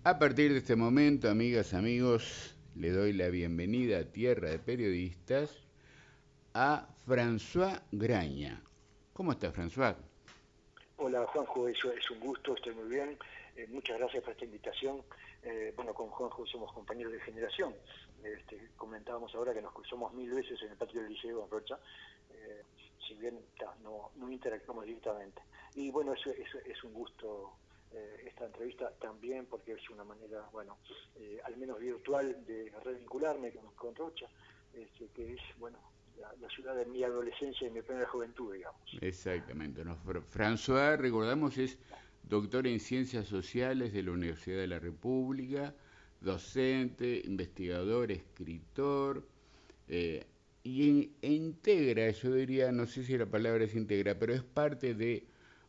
A partir de este momento, amigas, amigos, le doy la bienvenida a Tierra de Periodistas a François Graña. ¿Cómo está, François? Hola Juanjo, eso es un gusto, estoy muy bien. Muchas gracias por esta invitación. Bueno, con Juanjo somos compañeros de generación. Comentábamos ahora que nos cruzamos 1000 veces en el patio del Liceo en Rocha, si bien no interactuamos directamente. Y bueno, eso es un gusto esta entrevista también porque es una manera, bueno, al menos virtual de revincularme con Rocha, que es, bueno, la ciudad de mi adolescencia y mi primera juventud, digamos. Exactamente. No, François, recordamos, es doctor en Ciencias Sociales de la Universidad de la República, docente, investigador, escritor, eh, e integra, yo diría, no sé si la palabra es integra, pero es parte de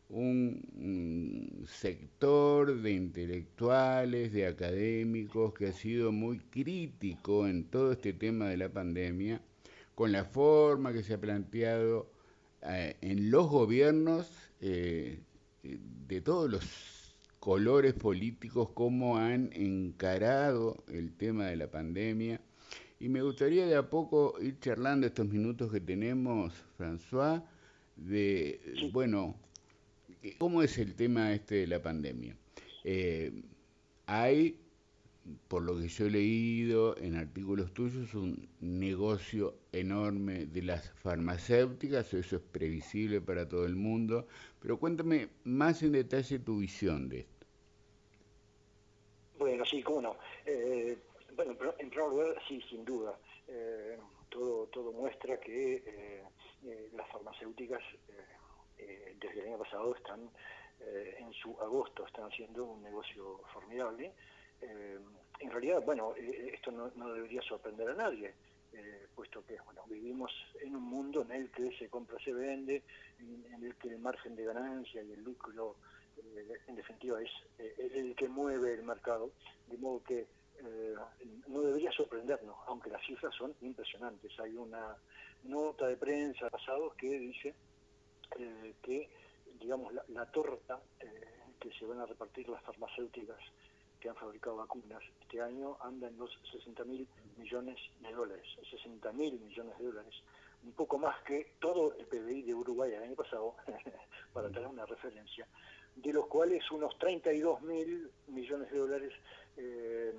un sector de intelectuales, de académicos, que ha sido muy crítico en todo este tema de la pandemia, con la forma que se ha planteado en los gobiernos de todos los colores políticos, cómo han encarado el tema de la pandemia. Y me gustaría de a poco ir charlando estos minutos que tenemos, François, de, Sí. bueno, ¿cómo es el tema este de la pandemia? Eh, Hay, por lo que yo he leído en artículos tuyos, un negocio enorme de las farmacéuticas, eso es previsible para todo el mundo, pero cuéntame más en detalle tu visión de esto. Bueno, sí, cómo no. Bueno, pero en primer lugar, sí, sin duda. Todo muestra que las farmacéuticas desde el año pasado están en su agosto, están haciendo un negocio formidable. Eh, en realidad, bueno, esto no debería sorprender a nadie, puesto que bueno, vivimos en un mundo en el que se compra, se vende, en el que el margen de ganancia y el lucro en definitiva es el que mueve el mercado, de modo que no debería sorprendernos, aunque las cifras son impresionantes. Hay una nota de prensa pasado que dice que, digamos, la torta que se van a repartir las farmacéuticas que han fabricado vacunas este año anda en los 60.000 millones de dólares, 60.000 millones de dólares, un poco más que todo el PBI de Uruguay el año pasado, para tener una referencia, de los cuales unos 32.000 millones de dólares eh,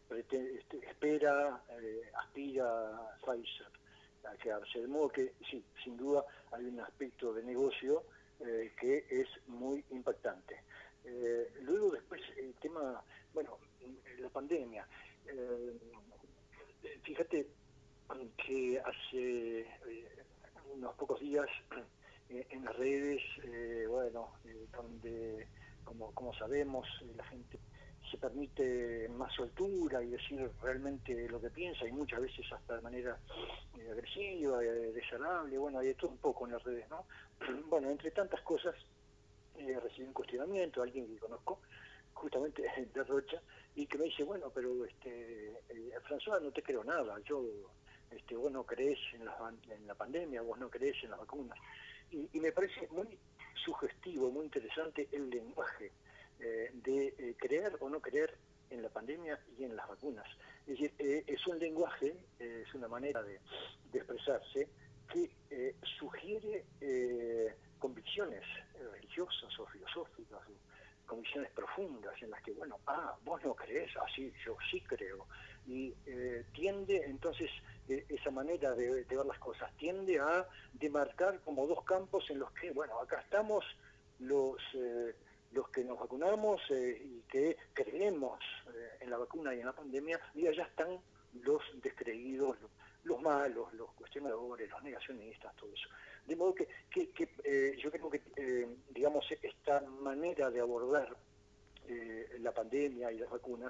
aspira Pfizer a quedarse. De modo que, sí, sin duda hay un aspecto de negocio que es muy impactante. Luego después el tema, bueno, la pandemia. Eh, Fíjate que hace unos pocos días en las redes, bueno, donde, como sabemos, la gente se permite más soltura y decir realmente lo que piensa y muchas veces hasta de manera agresiva, desagradable, bueno, hay de todo un poco en las redes, ¿no? Bueno, entre tantas cosas, recibí un cuestionamiento de alguien que conozco, justamente de Rocha, y que me dice, bueno, pero François, no te creo nada, vos no crees en la pandemia, vos no crees en las vacunas. Y me parece muy sugestivo, muy interesante el lenguaje de creer o no creer en la pandemia y en las vacunas. Es decir, es un lenguaje, es una manera de expresarse que sugiere convicciones religiosas o filosóficas, convicciones profundas en las que, bueno, vos no crees, así yo sí creo. Y tiende entonces esa manera de ver las cosas, tiende a demarcar como dos campos en los que, bueno, acá estamos los que nos vacunamos y que creemos en la vacuna y en la pandemia, y allá están los descreídos, los malos, los cuestionadores, los negacionistas, todo eso. De modo que yo creo que, digamos, esta manera de abordar la pandemia y las vacunas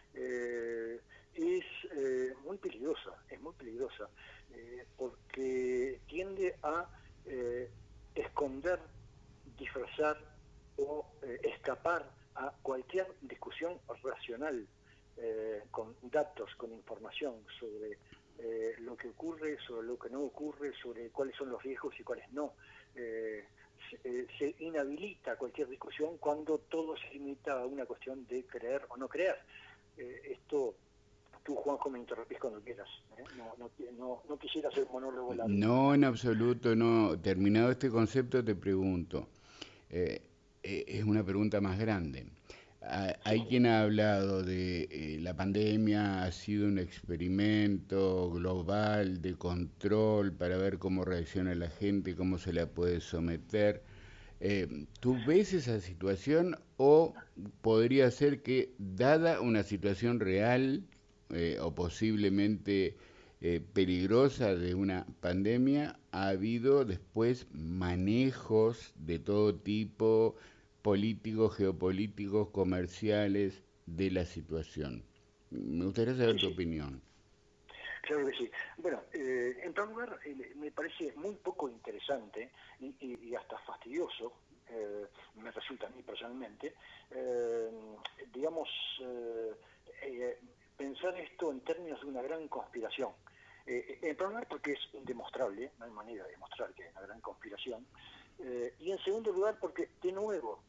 es muy peligrosa, porque tiende a esconder, disfrazar o escapar a cualquier discusión racional con datos, con información sobre lo que ocurre, sobre lo que no ocurre, sobre cuáles son los riesgos y cuáles no. se inhabilita cualquier discusión cuando todo se limita a una cuestión de creer o no creer. Esto, tú, Juanjo, me interrumpís cuando quieras. No quisiera hacer un monólogo largo. No, en absoluto, no. Terminado este concepto, te pregunto. eh, es una pregunta más grande. Hay Sí, quien ha hablado de la pandemia ha sido un experimento global de control para ver cómo reacciona la gente, cómo se la puede someter. ¿Tú ves esa situación o podría ser que, dada una situación real o posiblemente peligrosa de una pandemia, ha habido después manejos de todo tipo, políticos, geopolíticos, comerciales, de la situación? Me gustaría saber sí, tu sí. opinión. Claro que sí. Bueno, en primer lugar, me parece muy poco interesante y hasta fastidioso, me resulta a mí personalmente, eh, digamos, eh, eh, pensar esto en términos de una gran conspiración. En primer lugar, porque es indemostrable, no hay manera de demostrar que hay una gran conspiración, y en segundo lugar, porque, de nuevo,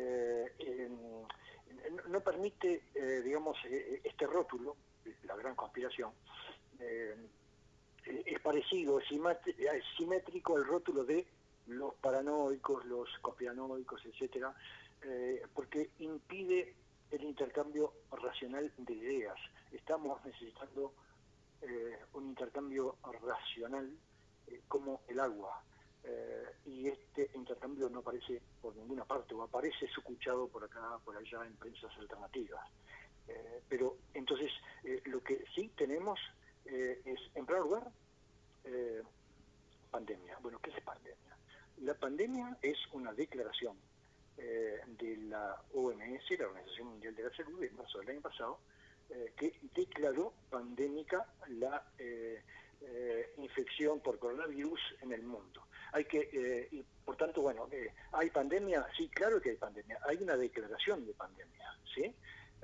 no permite, digamos, este rótulo, la gran conspiración, eh, es parecido, es simétrico al rótulo de los paranoicos, los conspiranoicos, etcétera, porque impide el intercambio racional de ideas. Estamos necesitando un intercambio racional como el agua. Y este intercambio no aparece por ninguna parte, o aparece sucuchado por acá, por allá, en prensas alternativas. Pero entonces lo que sí tenemos es, en primer lugar, eh, pandemia. Bueno, ¿qué es pandemia? La pandemia es una declaración de la OMS, la Organización Mundial de la Salud, en marzo del año pasado, que declaró pandémica la infección por coronavirus en el mundo. Y por tanto, bueno, ¿hay pandemia? Sí, claro que hay pandemia. Hay una declaración de pandemia, ¿sí?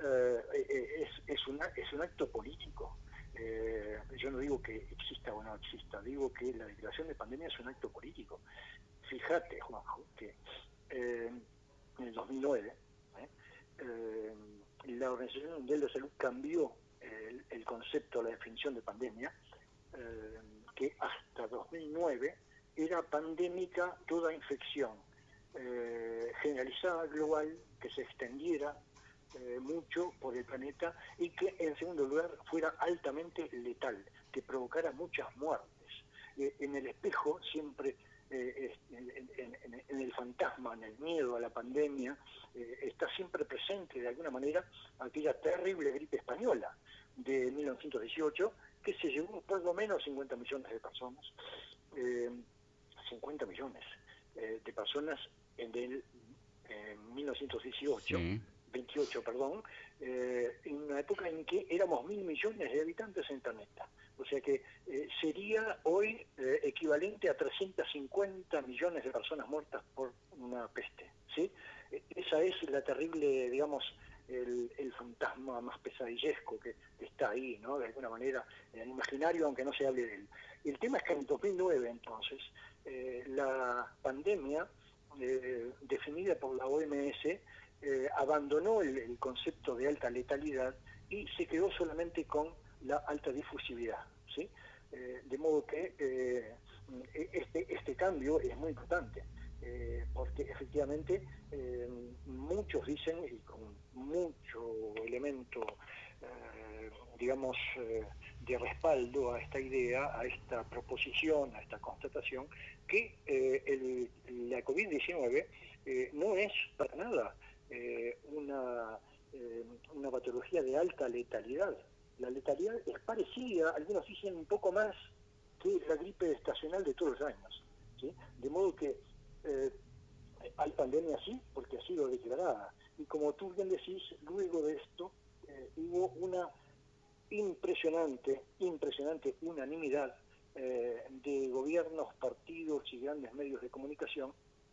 Es un acto político. Yo no digo que exista o no exista, digo que la declaración de pandemia es un acto político. Fíjate, Juanjo, que en el 2009 ¿eh? Eh, la Organización Mundial de la Salud cambió el concepto, la definición de pandemia, que hasta 2009 era pandémica toda infección generalizada, global, que se extendiera mucho por el planeta y que, en segundo lugar, fuera altamente letal, que provocara muchas muertes. En el espejo siempre, en el fantasma, en el miedo a la pandemia, está siempre presente de alguna manera aquella terrible gripe española de 1918, que se llevó por lo menos 50 millones de personas, 50 millones de personas en 1918, Sí. 28, perdón, en una época en que éramos 1.000 millones de habitantes en el planeta. O sea que sería hoy equivalente a 350 millones de personas muertas por una peste, ¿sí? Esa es la terrible, digamos, el fantasma más pesadillesco que está ahí, ¿no? De alguna manera, en el imaginario, aunque no se hable de él. El tema es que en 2009, entonces, la pandemia, definida por la OMS, abandonó el concepto de alta letalidad y se quedó solamente con la alta difusividad, ¿sí? De modo que este cambio es muy importante, porque efectivamente muchos dicen, y con mucho elemento, digamos, de respaldo a esta idea, a esta proposición, a esta constatación, que la COVID-19 no es para nada una patología de alta letalidad. La letalidad es parecida, algunos dicen un poco más, que la gripe estacional de todos los años, ¿sí? De modo que hay pandemia sí, porque ha sido declarada. Y como tú bien decís, luego de esto hubo una impresionante unanimidad de gobiernos, partidos y grandes medios de comunicación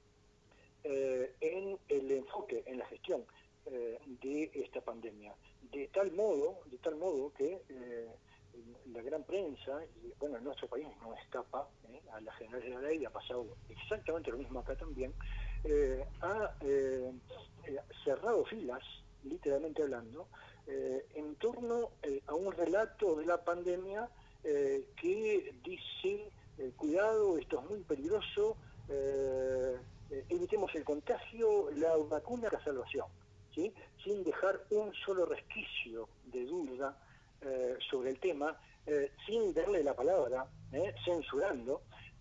en el enfoque, en la gestión de esta pandemia, de tal modo que la gran prensa, y bueno, en nuestro país no escapa a la general de la ley, ha pasado exactamente lo mismo acá también, ha cerrado filas, literalmente hablando, en torno a un relato de la pandemia que dice, cuidado, esto es muy peligroso, evitemos el contagio, la vacuna es la salvación, ¿sí? Sin dejar un solo resquicio de duda sobre el tema, sin darle la palabra, censurando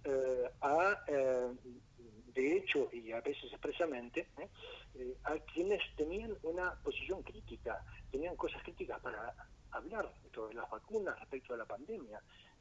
de hecho y a veces expresamente, a quienes tenían una posición crítica, tenían cosas críticas para hablar sobre las vacunas respecto a la pandemia.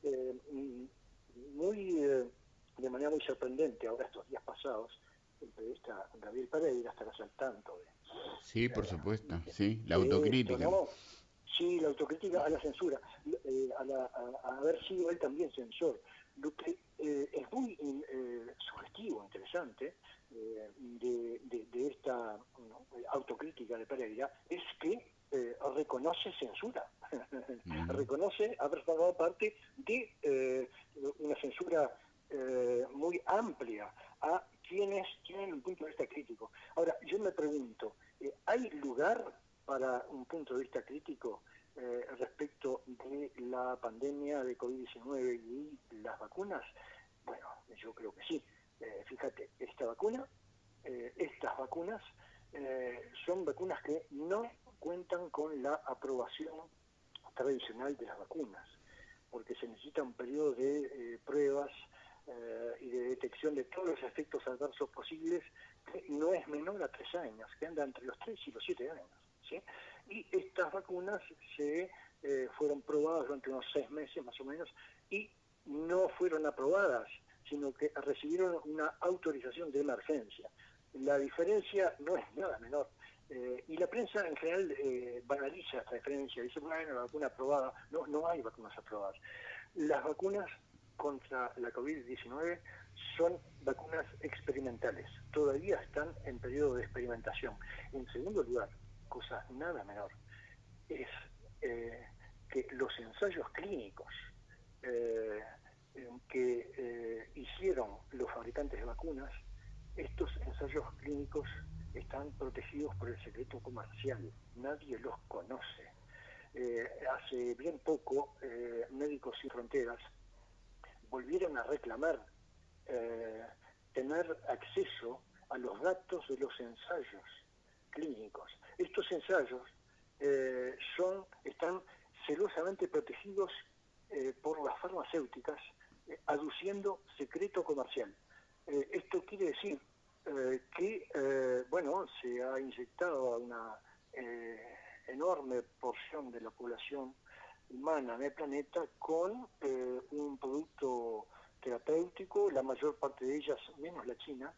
De manera muy sorprendente, ahora estos días pasados, el periodista Gabriel Pereira estará al tanto Sí, por supuesto, sí, la de esto, autocrítica. ¿no? Sí, la autocrítica a la censura, a haber sido él también censor. Lo que es muy sugestivo, interesante, de esta autocrítica de Pereira, es que reconoce censura, reconoce haber formado parte de una censura muy amplia a quienes tienen un punto de vista crítico. Ahora, yo me pregunto, ¿hay lugar para un punto de vista crítico respecto de la pandemia de COVID-19 y las vacunas? Bueno, yo creo que sí. Fíjate, estas vacunas son vacunas que no cuentan con la aprobación tradicional de las vacunas, porque se necesita un periodo de pruebas y de detección de todos los efectos adversos posibles, que no es menor a 3 años, que anda entre los 3 y los 7 años. ¿Sí? Y estas vacunas se fueron probadas durante unos 6 meses más o menos y no fueron aprobadas, sino que recibieron una autorización de emergencia. La diferencia no es nada menor. Y la prensa en general banaliza esta diferencia, dice, bueno, la vacuna aprobada. No hay vacunas aprobadas. Las vacunas contra la COVID-19 son vacunas experimentales, todavía están en periodo de experimentación. En segundo lugar, cosa nada menor, es que los ensayos clínicos que hicieron los fabricantes de vacunas, estos ensayos clínicos están protegidos por el secreto comercial, nadie los conoce. Hace bien poco, Médicos Sin Fronteras volvieron a reclamar tener acceso a los datos de los ensayos clínicos. Estos ensayos están celosamente protegidos por las farmacéuticas, aduciendo secreto comercial. Esto quiere decir que se ha inyectado a una enorme porción de la población humana en el planeta con un producto terapéutico, la mayor parte de ellas, menos la China,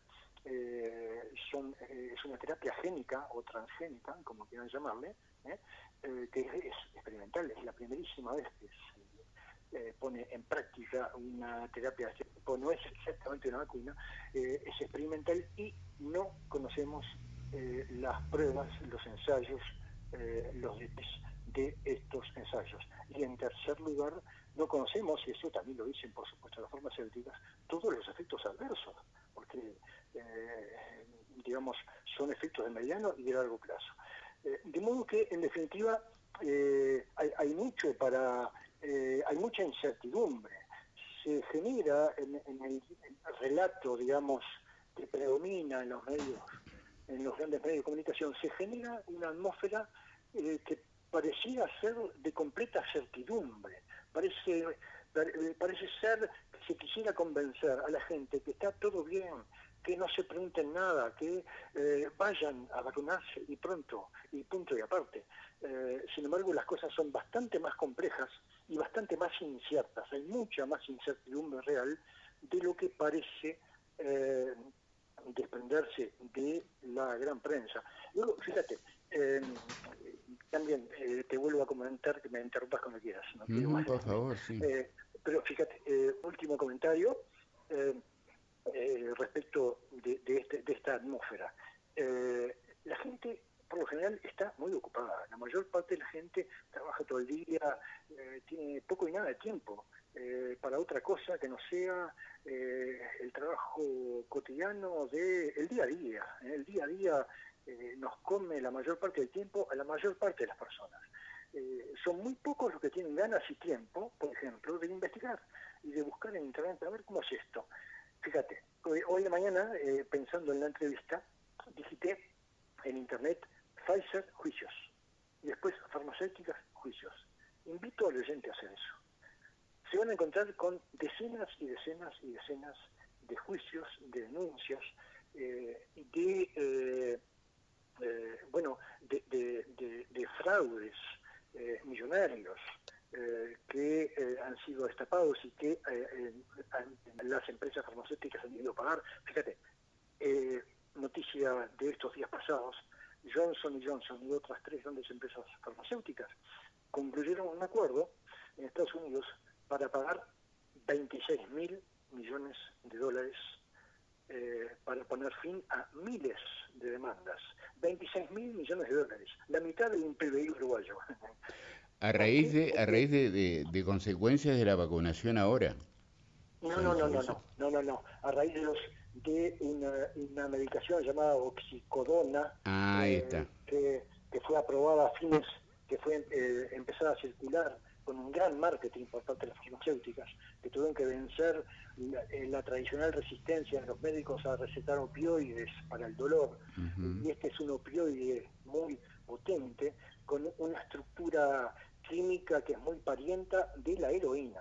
es una terapia génica o transgénica, como quieran llamarle, que es experimental, es la primerísima vez que se pone en práctica una terapia de este tipo, no es exactamente una vacuna, es experimental y no conocemos las pruebas, los ensayos, los detalles de estos ensayos. Y en tercer lugar, no conocemos, y eso también lo dicen por supuesto las farmacéuticas, todos los efectos adversos, porque son efectos de mediano y de largo plazo. De modo que, en definitiva, hay mucha incertidumbre. Se genera en el relato, que predomina en los medios, en los grandes medios de comunicación, se genera una atmósfera que pareciera ser de completa certidumbre. Parece ser que se quisiera convencer a la gente que está todo bien, que no se pregunten nada, que vayan a vacunarse y pronto, y punto y aparte. Sin embargo, las cosas son bastante más complejas y bastante más inciertas. Hay mucha más incertidumbre real de lo que parece desprenderse de la gran prensa. Luego, fíjate, también te vuelvo a comentar, que me interrumpas cuando quieras. No quiero más Por favor, sí. pero fíjate, último comentario respecto de esta atmósfera. La gente por lo general está muy ocupada. La mayor parte de la gente trabaja todo el día, tiene poco y nada de tiempo para otra cosa que no sea el trabajo cotidiano del día a día. El día a día nos come la mayor parte del tiempo a la mayor parte de las personas. Son muy pocos los que tienen ganas y tiempo, por ejemplo, de investigar y de buscar en internet a ver cómo es esto. Fíjate, hoy de mañana, pensando en la entrevista, digité en internet Pfizer juicios y después farmacéuticas juicios. Invito al oyente a hacer eso. Se van a encontrar con decenas y decenas y decenas de juicios, de denuncias, de fraudes millonarios que han sido destapados y que las empresas farmacéuticas han debido pagar. Fíjate, noticia de estos días pasados, Johnson Johnson y otras 3 grandes empresas farmacéuticas concluyeron un acuerdo en Estados Unidos para pagar 26.000 millones de dólares para poner fin a miles de demandas. 26.000 millones de dólares, la mitad de un PBI uruguayo. A ¿Por raíz qué? de, a raíz de consecuencias de la vacunación ahora. No. A raíz de una medicación llamada oxicodona, Ah, ahí está. que fue aprobada a fines, que fue empezada a circular con un gran marketing por parte de las farmacéuticas, que tuvieron que vencer la tradicional resistencia de los médicos a recetar opioides para el dolor. Uh-huh. Y este es un opioide muy potente, con una estructura química que es muy parienta de la heroína.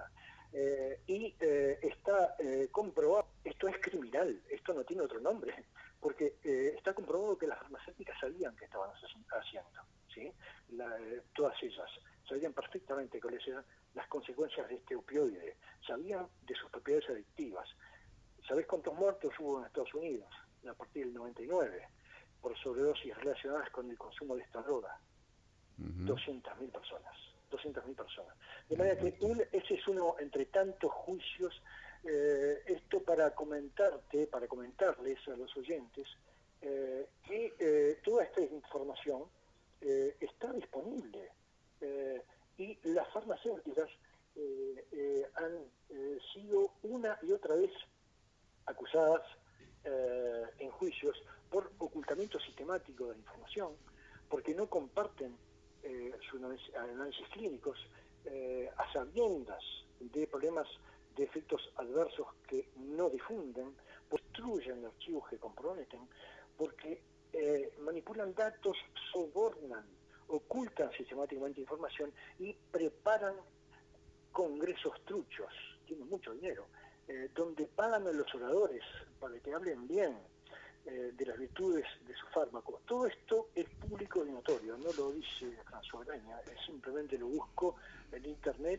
Está comprobado, esto es criminal, esto no tiene otro nombre, porque está comprobado que las farmacéuticas sabían que estaban haciendo, ¿sí? Todas ellas sabían perfectamente cuáles eran las consecuencias de este opioide, sabían de sus propiedades adictivas. ¿Sabés cuántos muertos hubo en Estados Unidos a partir del 99 por sobredosis relacionadas con el consumo de esta droga? Uh-huh. 200.000 personas. 200.000 personas. De manera que ese es uno entre tantos juicios. Esto para comentarles a los oyentes que toda esta información está disponible y las farmacéuticas han sido una y otra vez acusadas en juicios por ocultamiento sistemático de la información, porque no comparten sus análisis clínicos a sabiendas de problemas, de efectos adversos que no difunden, destruyen archivos que comprometen, porque manipulan datos, sobornan, ocultan sistemáticamente información y preparan congresos truchos, tienen mucho dinero, donde pagan a los oradores para que hablen bien de las virtudes de su fármaco. Todo esto es público y notorio, no lo dice François Graña, simplemente lo busco en internet,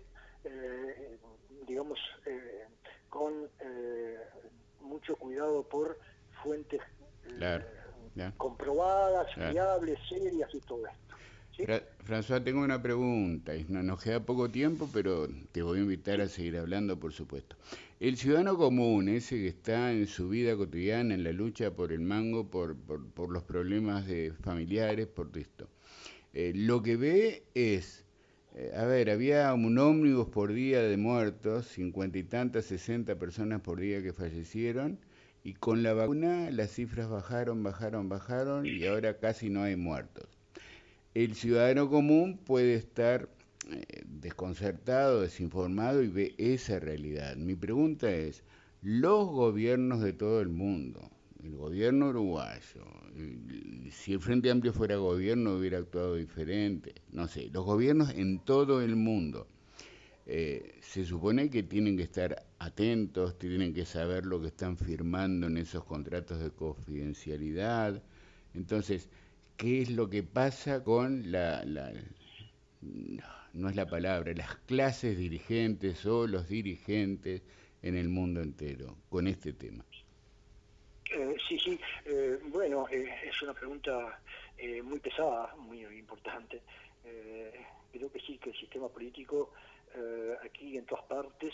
con mucho cuidado por fuentes Claro. comprobadas, fiables, serias y todo esto. ¿Sí? François, tengo una pregunta, y nos queda poco tiempo, pero te voy a invitar a seguir hablando, por supuesto. El ciudadano común, ese que está en su vida cotidiana, en la lucha por el mango, por los problemas de familiares, por esto, lo que ve es, había un ómnibus por día de muertos, 50 y tantas, 60 personas por día que fallecieron, y con la vacuna las cifras bajaron, y ahora casi no hay muertos. El ciudadano común puede estar desconcertado, desinformado y ve esa realidad. Mi pregunta es, los gobiernos de todo el mundo, el gobierno uruguayo, si el Frente Amplio fuera gobierno hubiera actuado diferente, no sé, los gobiernos en todo el mundo, se supone que tienen que estar atentos, tienen que saber lo que están firmando en esos contratos de confidencialidad. Entonces, ¿qué es lo que pasa con no es la palabra, las clases dirigentes o los dirigentes en el mundo entero con este tema? Sí, bueno, es una pregunta muy pesada, muy importante. Creo que sí, que el sistema político aquí en todas partes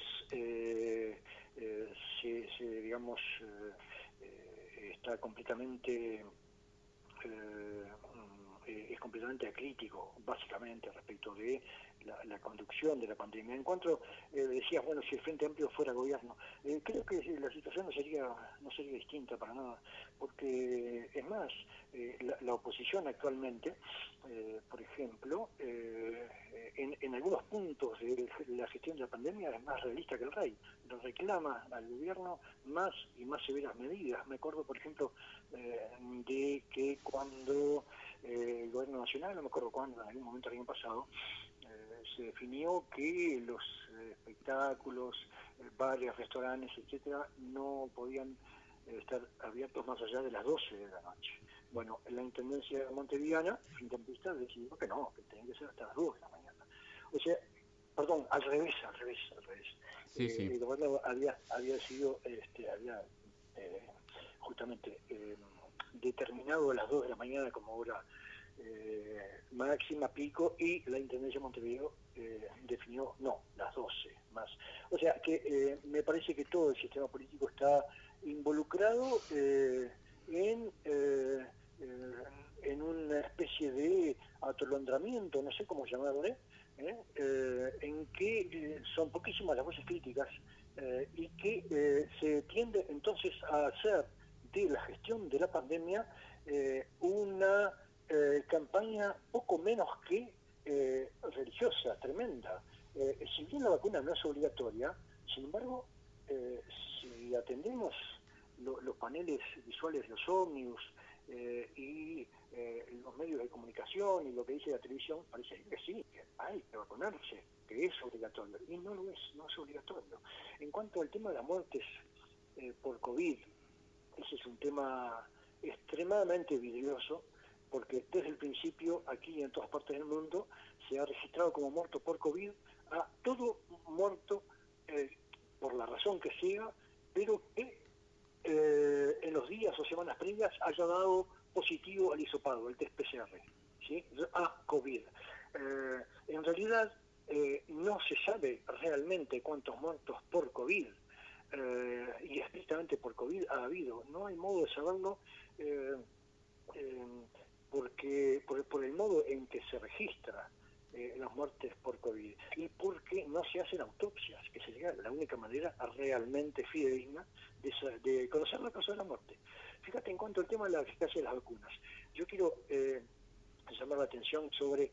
está completamente es completamente acrítico, básicamente, respecto de la conducción de la pandemia. En cuanto decías, bueno, si el Frente Amplio fuera gobierno, creo que la situación no sería distinta para nada, porque es más, la oposición actualmente, por ejemplo, en algunos puntos de la gestión de la pandemia es más realista que el rey, lo reclama al gobierno más y más severas medidas. Me acuerdo, por ejemplo, de que cuando el gobierno nacional, no me acuerdo cuándo, en algún momento del año pasado, se definió que los espectáculos, bares, restaurantes, etcétera, no podían estar abiertos más allá de las 12 de la noche. Bueno, la Intendencia montevideana, Frente Amplista, decidió que no, que tenía que ser hasta las 2 de la mañana. O sea, perdón, al revés. Sí, sí. El gobierno había decidido, había justamente determinado a las 2 de la mañana como hora máxima, pico, y la Intendencia de Montevideo definió, no, las 12 más. O sea que me parece que todo el sistema político está involucrado en una especie de atolondramiento, no sé cómo llamarlo, en que son poquísimas las voces críticas y que se tiende entonces a hacer de la gestión de la pandemia una campaña poco menos que religiosa, tremenda. Si bien la vacuna no es obligatoria, sin embargo, si atendemos los paneles visuales de los ómnibus y los medios de comunicación y lo que dice la televisión, parece que sí, que hay que vacunarse, que es obligatorio, y no lo es, no es obligatorio. En cuanto al tema de las muertes por COVID, ese es un tema extremadamente vidrioso, porque desde el principio, aquí y en todas partes del mundo, se ha registrado como muerto por COVID a todo muerto por la razón que sea, pero que en los días o semanas previas haya dado positivo al hisopado, el test PCR, ¿sí? A COVID. En realidad no se sabe realmente cuántos muertos por COVID y estrictamente por COVID ha habido. No hay modo de saberlo porque por el modo en que se registra las muertes por COVID y porque no se hacen autopsias, que sería la única manera realmente fidedigna de conocer la causa de la muerte. Fíjate, en cuanto al tema de la eficacia de las vacunas, yo quiero llamar la atención sobre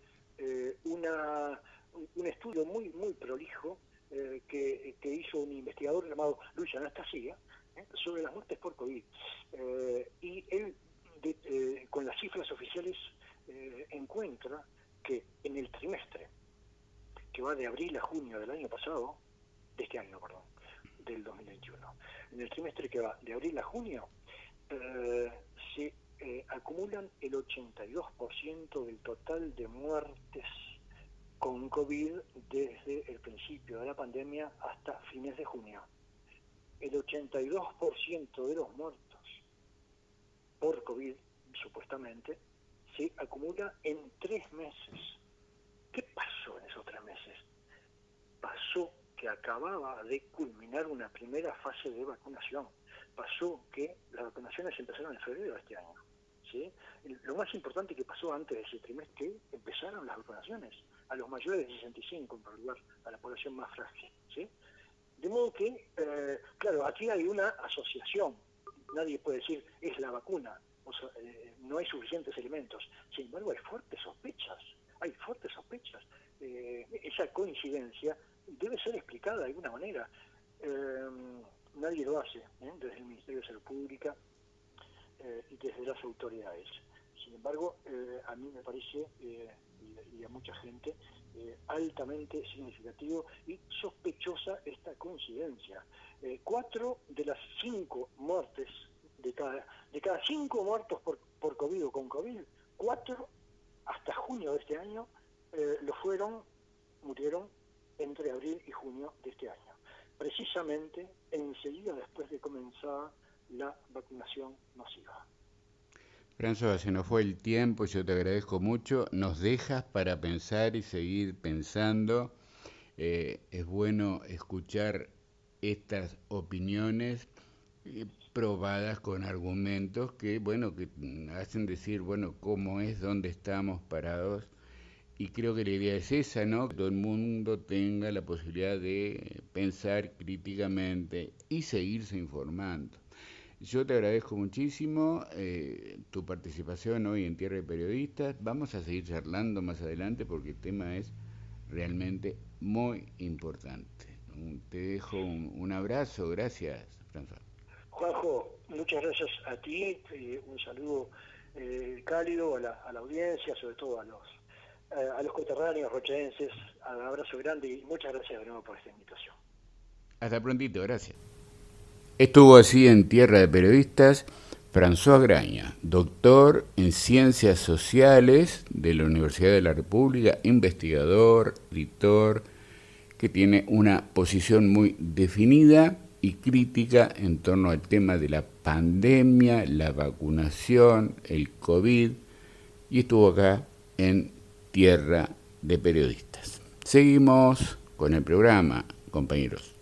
un estudio muy prolijo que hizo un investigador llamado Luis Anastasia sobre las muertes por COVID. Y él, con las cifras oficiales, encuentra que en el trimestre que va de abril a junio del año pasado, de este año, perdón, del 2021, en el trimestre que va de abril a junio, se acumulan el 82% del total de muertes con COVID desde el principio de la pandemia hasta fines de junio. El 82% de los muertos por COVID, supuestamente, se acumula en 3 meses. ¿Qué pasó en esos 3 meses? Pasó que acababa de culminar una primera fase de vacunación. Pasó que las vacunaciones empezaron en febrero de este año. ¿Sí? Lo más importante que pasó antes de ese trimestre, empezaron las vacunaciones a los mayores de 65, en particular a la población más frágil. ¿Sí? De modo que, claro, aquí hay una asociación. Nadie puede decir, es la vacuna. O sea, no hay suficientes elementos. Sin embargo, hay fuertes sospechas. Esa coincidencia debe ser explicada de alguna manera. Nadie lo hace, desde el Ministerio de Salud Pública y desde las autoridades. Sin embargo, a mí me parece, y a mucha gente, altamente significativo y sospechosa esta coincidencia. 4 de las 5 muertes, de cada 5 muertos por COVID o con COVID, 4 hasta junio de este año murieron entre abril y junio de este año. Precisamente enseguida después de comenzar la vacunación masiva. François, se nos fue el tiempo, yo te agradezco mucho, nos dejas para pensar y seguir pensando. Es bueno escuchar estas opiniones, probadas con argumentos que, bueno, que hacen decir, bueno, cómo es, dónde estamos parados. Y creo que la idea es esa, ¿no? Que todo el mundo tenga la posibilidad de pensar críticamente y seguirse informando. Yo te agradezco muchísimo tu participación hoy en Tierra de Periodistas. Vamos a seguir charlando más adelante porque el tema es realmente muy importante. Te dejo un abrazo. Gracias, François. Juanjo, muchas gracias a ti, un saludo cálido a la audiencia, sobre todo a los coterráneos rochenses, un abrazo grande y muchas gracias de nuevo por esta invitación. Hasta prontito, gracias. Estuvo así en Tierra de Periodistas François Graña, doctor en Ciencias Sociales de la Universidad de la República, investigador, editor, que tiene una posición muy definida y crítica en torno al tema de la pandemia, la vacunación, el COVID, y estuvo acá en Tierra de Periodistas. Seguimos con el programa, compañeros.